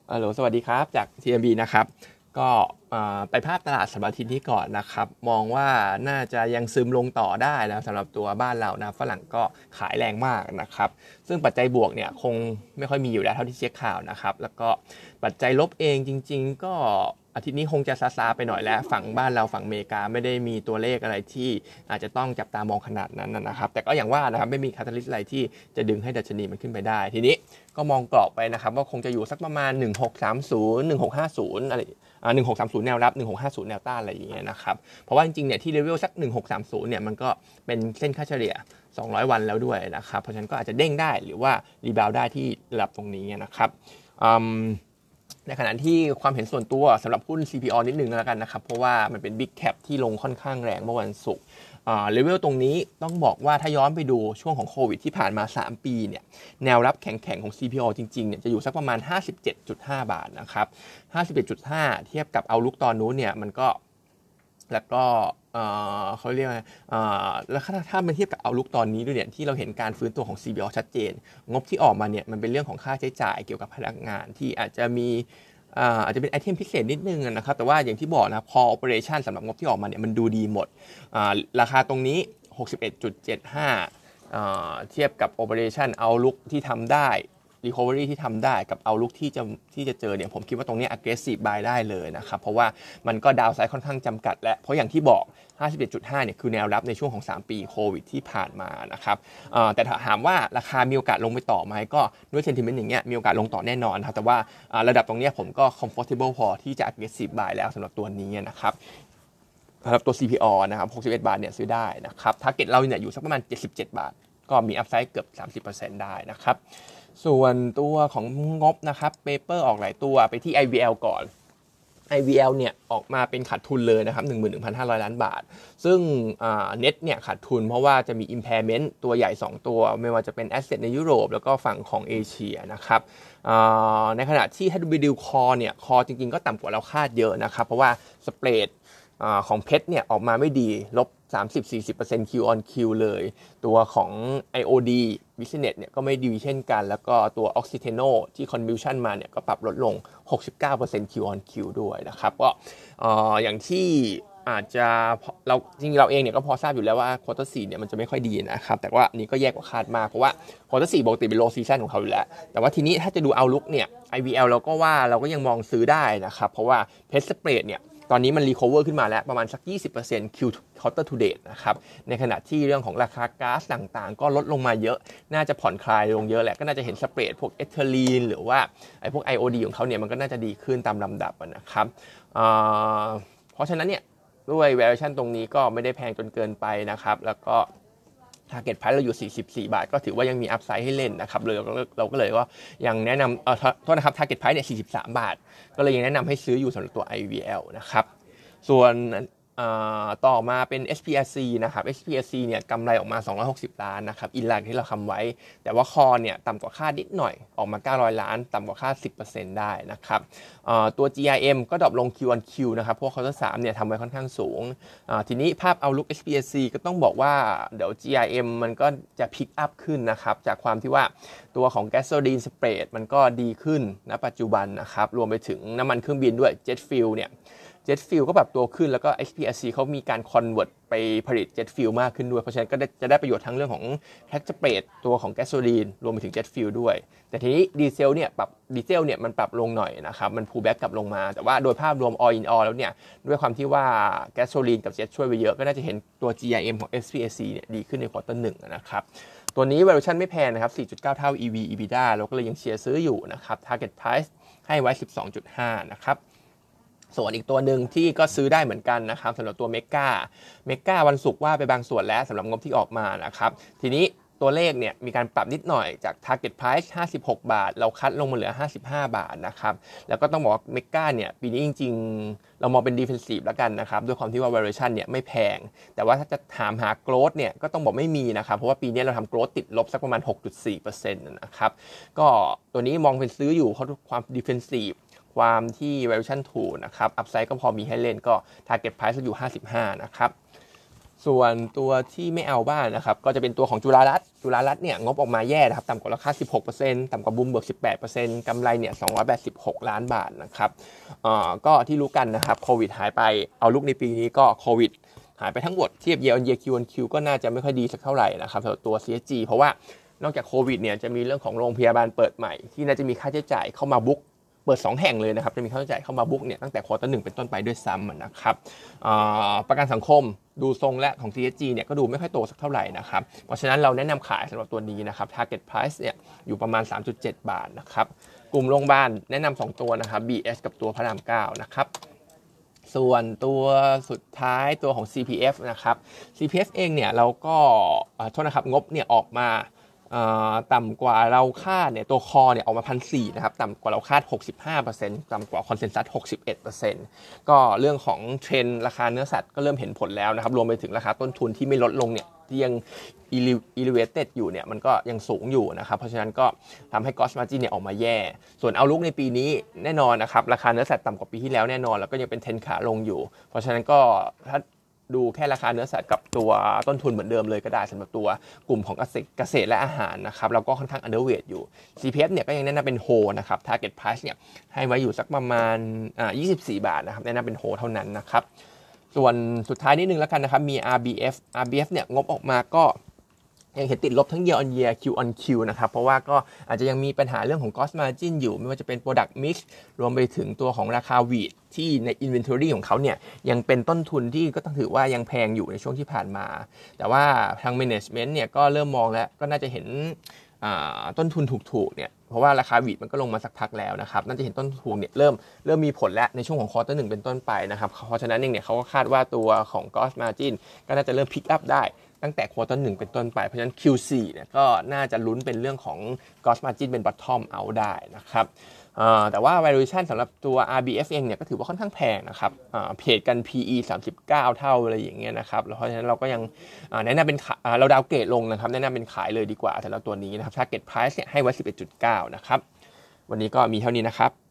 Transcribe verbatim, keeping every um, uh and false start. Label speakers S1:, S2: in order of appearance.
S1: ฮัลโหลสวัสดีครับจาก ที เอ็ม บี นะครับก็ไปภาพตลาดสัปดาห์อาทิตย์นี้ก่อนนะครับมองว่าน่าจะยังซึมลงต่อได้นะสำหรับตัวบ้านเรานะฝรั่งก็ขายแรงมากนะครับซึ่งปัจจัยบวกเนี่ยคงไม่ค่อยมีอยู่แล้วเท่าที่เช็คข่าวนะครับแล้วก็ปัจจัยลบเองจริงๆก็อาทิตย์นี้คงจะซาๆไปหน่อยแล้วฝั่งบ้านเราฝั่งอเมริกาไม่ได้มีตัวเลขอะไรที่อาจจะต้องจับตามองขนาดนั้นนะครับแต่ก็อย่างว่านะครับไม่มีคาตาลิสต์อะไรที่จะดึงให้ดัชนีมันขึ้นไปได้ทีนี้ก็มองกรอบไปนะครับว่าคงจะอยู่สักประมาณหนึ่งหกสามศูนย์ หนึ่งหกห้าศูนย์อะไรอ่าหนึ่งหกสามศูนย์แนวรับหนึ่งหกห้าศูนย์แนวต้านอะไรอย่างเงี้ยนะครับเพราะว่าจริงๆเนี่ยที่เลเวลสักหนึ่งหกสามศูนย์เนี่ยมันก็เป็นเส้นค่าเฉลี่ยสองร้อยวันแล้วด้วยนะครับเพราะฉะนั้นก็อาจจะเด้งได้หรือว่ารีบาวได้ที่ระดับตรงนี้นะครับในขณะที่ความเห็นส่วนตัวสำหรับหุ้น ซี พี โอ นิดนึงแล้วกันนะครับเพราะว่ามันเป็น Big Cap ที่ลงค่อนข้างแรงเมื่อวันศุกร์เลเวลตรงนี้ต้องบอกว่าถ้าย้อนไปดูช่วงของโควิดที่ผ่านมาสามปีเนี่ยแนวรับแข็งๆของ ซี พี โอ จริงๆเนี่ยจะอยู่สักประมาณ ห้าสิบเจ็ดจุดห้า บาทนะครับ ห้าสิบเจ็ดจุดห้า เทียบกับเอาลุกตอนนู้นเนี่ยมันก็แล้วก็เขาเรียกว่าแล้วถ้าถ้ามันเทียบกับเอาลุกตอนนี้ด้วยเนี่ยที่เราเห็นการฟื้นตัวของ ซี พี โอ ชัดเจนงบที่ออกมาเนี่ยมันเป็นเรื่องของค่าใช้จ่ายเกี่ยวกับพนักงานที่อาจจะมีอาจจะเป็นไอเทมพิเศษนิดนึงนะครับแต่ว่าอย่างที่บอกนะพอ operation สำหรับงบที่ออกมาเนี่ยมันดูดีหมดราคาตรงนี้ หกสิบเอ็ดจุดเจ็ดห้า เทียบกับ operation outlook ที่ทำได้ recovery ที่ทำได้กับ outlook ที่จะที่จะเจอเนี่ยผมคิดว่าตรงนี้ aggressive buy ได้เลยนะครับเพราะว่ามันก็ดาวไซด์ค่อนข้างจำกัดและเพราะอย่างที่บอก ห้าสิบเอ็ดจุดห้า เนี่ยคือแนวรับในช่วงของสามปีโควิดที่ผ่านมานะครับแต่ถ้าถามว่าราคามีโอกาสลงไปต่อไหมก็ด้วย sentiment อย่างเงี้ยมีโอกาสลงต่อแน่นอนครับแต่ว่าระดับตรงนี้ผมก็ comfortable พอที่จะ aggressive buy แล้วสำหรับตัวนี้นะครับสำหรับตัว ซี พี โอ นะครับหกสิบเอ็ดบาทเนี่ยซื้อได้นะครับ target เราเนี่ยอยู่สักประมาณเจ็ดสิบเจ็ดบาทก็มี upside เกือบ สามสิบเปอร์เซ็นต์ ได้นะครับส่วนตัวของงบนะครับเปเปอร์ออกหลายตัวไปที่ ไอ วี แอล ก่อน ไอ วี แอล เนี่ยออกมาเป็นขาดทุนเลยนะครับ หนึ่งหมื่นหนึ่งพันห้าร้อย ล้านบาทซึ่งเน็ตเนี่ยขาดทุนเพราะว่าจะมี impairment ตัวใหญ่สองตัวไม่ว่าจะเป็น asset ในยุโรปแล้วก็ฝั่งของเอเชียนะครับในขณะที่ถ้าดูดีลคอเนี่ยคอจริงๆก็ต่ำกว่าเราคาดเยอะนะครับเพราะว่าสเปรดของเพชรเนี่ยออกมาไม่ดีลบ สามสิบถึงสี่สิบเปอร์เซ็นต์ Q on Q เลยตัวของ ไอ โอ ดี Business เนี่ยก็ไม่ดีเช่นกันแล้วก็ตัว Oxiteno ที่ contribution มาเนี่ยก็ปรับลดลง หกสิบเก้าเปอร์เซ็นต์ Q on Q ด้วยนะครับก็อย่างที่อาจจะเราจริงๆเราเองเนี่ยก็พอทราบอยู่แล้วว่า quarter สี่เนี่ยมันจะไม่ค่อยดีนะครับแต่ว่านี้ก็แย่กว่าคาดมากเพราะว่า quarter สี่ปกติเป็น low season ของเขาอยู่แล้วแต่ว่าทีนี้ถ้าจะดู outlook เนี่ย ไอ วี แอล เราก็ว่าเราก็ยังมองซื้อได้นะครับเพราะว่า Pet Spread เนี่ยตอนนี้มัน recover ขึ้นมาแล้วประมาณสัก ยี่สิบเปอร์เซ็นต์ Q quarter to date นะครับในขณะที่เรื่องของราคาก๊าซต่างๆก็ลดลงมาเยอะน่าจะผ่อนคลายลงเยอะแหละก็น่าจะเห็นสเปรดพวกเอทิลีนหรือว่าไอ้พวก ไอ โอ ดี ของเขาเนี่ยมันก็น่าจะดีขึ้นตามลำดับนะครับเพราะฉะนั้นเนี่ยด้วย valuation ตรงนี้ก็ไม่ได้แพงจนเกินไปนะครับแล้วก็target price เราอยู่สี่สิบสี่บาทก็ถือว่ายังมี upside ให้เล่นนะครับเลยเราก็เลยว่ายังแนะนำเอ่อโทษนะครับ target price เนี่ยสี่สิบสามบาทก็เลยยังแนะนำให้ซื้ออยู่สำหรับตัว ไอ วี แอล นะครับส่วนต่อมาเป็น เอส พี อาร์ ซี นะครับ เอส พี อาร์ ซี เนี่ยกำไรออกมาสองร้อยหกสิบล้านนะครับอินไลน์ที่เราทำไว้แต่ว่าคอเนี่ยต่ำกว่าคาดนิดหน่อยออกมาเก้าร้อยล้านต่ำกว่าคาด สิบเปอร์เซ็นต์ ได้นะครับตัว จี ไอ เอ็ม ก็ดรอปลง Q on Q นะครับเพราะ quarter สามเนี่ยทำไว้ค่อนข้างสูงทีนี้ภาพ outlook เอส พี อาร์ ซี ก็ต้องบอกว่าเดี๋ยว จี ไอ เอ็ม มันก็จะ pick up ขึ้นนะครับจากความที่ว่าตัวของ gasoline spread มันก็ดีขึ้นณปัจจุบันนะครับรวมไปถึงน้ำมันเครื่องบินด้วย jet fuel เนี่ยJet Fuel ก็ปรับตัวขึ้นแล้วก็ เอส พี อาร์ ซี เขามีการ convert ไปผลิต Jet Fuel มากขึ้นด้วยเพราะฉะนั้นก็จะได้ประโยชน์ทั้งเรื่องของ tax spread ตัวของ gasoline รวมไปถึง Jet Fuel ด้วยแต่ทีนี้ดีเซลเนี่ยปรับดีเซลเนี่ยมันปรับลงหน่อยนะครับมัน pull back กลับลงมาแต่ว่าโดยภาพรวม all in all แล้วเนี่ยด้วยความที่ว่า gasoline กับ Jet ช่วยไปเยอะก็น่าจะเห็นตัว จี ไอ เอ็ม ของ เอส พี อาร์ ซี เนี่ยดีขึ้นใน quarter หนึ่งนะครับตัวนี้ valuation ไม่แพงนะครับ สี่จุดเก้า เท่า อี วี EBITDA เราก็เลยยังเชียร์ซื้ออยู่นะครับ target price ให้ไว้ สิบสองจุดห้า นะครับส่วนอีกตัวหนึ่งที่ก็ซื้อได้เหมือนกันนะครับสำหรับตัวเมกาเมกาวันศุกร์ว่าไปบางส่วนแล้วสำหรับงบที่ออกมานะครับทีนี้ตัวเลขเนี่ยมีการปรับนิดหน่อยจาก target price ห้าสิบหกบาทเราคัดลงมาเหลือห้าสิบห้าบาทนะครับแล้วก็ต้องบอกว่าเมกาเนี่ยปีนี้จริงๆเรามองเป็น defensive แล้วกันนะครับด้วยความที่ว่า valuation เนี่ยไม่แพงแต่ว่าถ้าจะถามหา growth เนี่ยก็ต้องบอกไม่มีนะครับเพราะว่าปีนี้เราทำ growth ติดลบสักประมาณ หกจุดสี่เปอร์เซ็นต์ นะครับก็ตัวนี้มองเป็นซื้ออยู่เพราะความ defensiveความที่ valuation ถูกนะครับ upside ก็พอมีให้เล่นก็ target price อยู่ห้าสิบห้านะครับส่วนตัวที่ไม่เอาบ้านนะครับก็จะเป็นตัวของจุฬารัตน์จุฬารัตน์เนี่ยงบออกมาแย่นะครับต่ำกว่าราคา สิบหกเปอร์เซ็นต์ ต่ำกว่าบูมเบิร์ก สิบแปดเปอร์เซ็นต์ กำไรเนี่ยสองร้อยแปดสิบหกล้านบาทนะครับเอ่อก็ที่รู้กันนะครับโควิดหายไปเอาลุกในปีนี้ก็โควิดหายไปทั้งหมดเทียบ year on year Q on Q ก็น่าจะไม่ค่อยดีสักเท่าไหร่นะครับสำหรับตัว ซี เอส จี เพราะว่านอกจากโควิดเนี่ยจะมีเรื่องของโรงพยาบาลเปิดใหม่ที่น่าจะมีค่าใช้จ่ายเข้ามาบุ๊กเปิดสองแห่งเลยนะครับจะมีค่าใช้จ่ายเข้ามาบุ๊กเนี่ยตั้งแต่ควอเตอร์หนึ่งเป็นต้นไปด้วยซ้ำนะครับประกันสังคมดูทรงและของ ซี เอส จี เนี่ยก็ดูไม่ค่อยโตสักเท่าไหร่นะครับเพราะฉะนั้นเราแนะนำขายสำหรับตัวนี้นะครับ target price เนี่ยอยู่ประมาณ สามจุดเจ็ด บาทนะครับกลุ่มโรงพยาบาลแนะนำสองตัวนะครับ บี เอส กับตัวพระรามเก้านะครับส่วนตัวสุดท้ายตัวของ ซี พี เอฟ นะครับ ซี พี เอฟ เองเนี่ยเราก็โทษนะครับงบเนี่ยออกมาต่ำกว่าเราคาดเนี่ยตัวคอเนี่ยออกมา หนึ่งพันสี่ร้อย นะครับต่ำกว่าเราคาด หกสิบห้าเปอร์เซ็นต์ ต่ำกว่าคอนเซนแซส หกสิบเอ็ดเปอร์เซ็นต์ ก็เรื่องของเทรนด์ราคาเนื้อสัตว์ก็เริ่มเห็นผลแล้วนะครับรวมไปถึงราคาต้นทุนที่ไม่ลดลงเนี่ยที่ยัง elevated อยู่เนี่ยมันก็ยังสูงอยู่นะครับเพราะฉะนั้นก็ทำให้ gross margin เนี่ยออกมาแย่ส่วนเอาลุกในปีนี้แน่นอนนะครับราคาเนื้อสัตว์ต่ำกว่าปีที่แล้วแน่นอนแล้วก็ยังเป็นเทรนขาลงอยู่เพราะฉะนั้นก็ถ้าดูแค่ราคาเนื้อสัตว์กับตัวต้นทุนเหมือนเดิมเลยก็ได้สำหรับตัวกลุ่มของเกษตรเกษตรและอาหารนะครับเราก็ค่อนข้าง underweight อยู่ ซี พี เอฟ เนี่ยก็ยังแนะนำเป็น hold นะครับ target price เนี่ยให้ไว้อยู่สักประมาณอ่ายี่สิบสี่บาทนะครับแนะนำเป็น hold เท่านั้นนะครับส่วนสุดท้ายนิดนึงแล้วกันนะครับมี อาร์ บี เอฟ อาร์ บี เอฟ เนี่ยงบออกมาก็ยังเห็นติดลบทั้ง year on year Q on Q นะครับเพราะว่าก็อาจจะยังมีปัญหาเรื่องของ gross margin อยู่ไม่ว่าจะเป็น product mix รวมไปถึงตัวของราคา wheat ที่ใน inventory ของเขาเนี่ยยังเป็นต้นทุนที่ก็ต้องถือว่ายังแพงอยู่ในช่วงที่ผ่านมาแต่ว่าทาง management เนี่ยก็เริ่มมองแล้วก็น่าจะเห็นต้นทุนถูกๆเนี่ยเพราะว่าราคาวีดมันก็ลงมาสักพักแล้วนะครับน่าจะเห็นต้นทุนเนี่ยเริ่มเริ่มมีผลแล้วในช่วงของควอเตอร์หนึ่งเป็นต้นไปนะครับเพราะฉะนั้นเองเนี่ยเขาก็คาดว่าตัวของ gross margin ก็น่าจะเริ่ม pick up ได้ตั้งแต่ควอเตอร์หนึ่งเป็นต้นไปเพราะฉะนั้น คิว โฟร์ เนี่ยก็น่าจะลุ้นเป็นเรื่องของ gross margin เป็น bottom out ได้นะครับแต่ว่า valuation สำหรับตัว อาร์ บี เอฟ เองเนี่ยก็ถือว่าค่อนข้างแพงนะครับเพจกัน พี อี สามสิบเก้าเท่าอะไรอย่างเงี้ยนะครับเพราะฉะนั้นเราก็ยังแนะนำเป็นเราดาวเกรดลงนะครับแนะนำเป็นขายเลยดีกว่าสำหรับตัวนี้นะครับ target price เนี่ยให้ไว้ สิบเอ็ดจุดเก้า นะครับวันนี้ก็มีเท่านี้นะครับ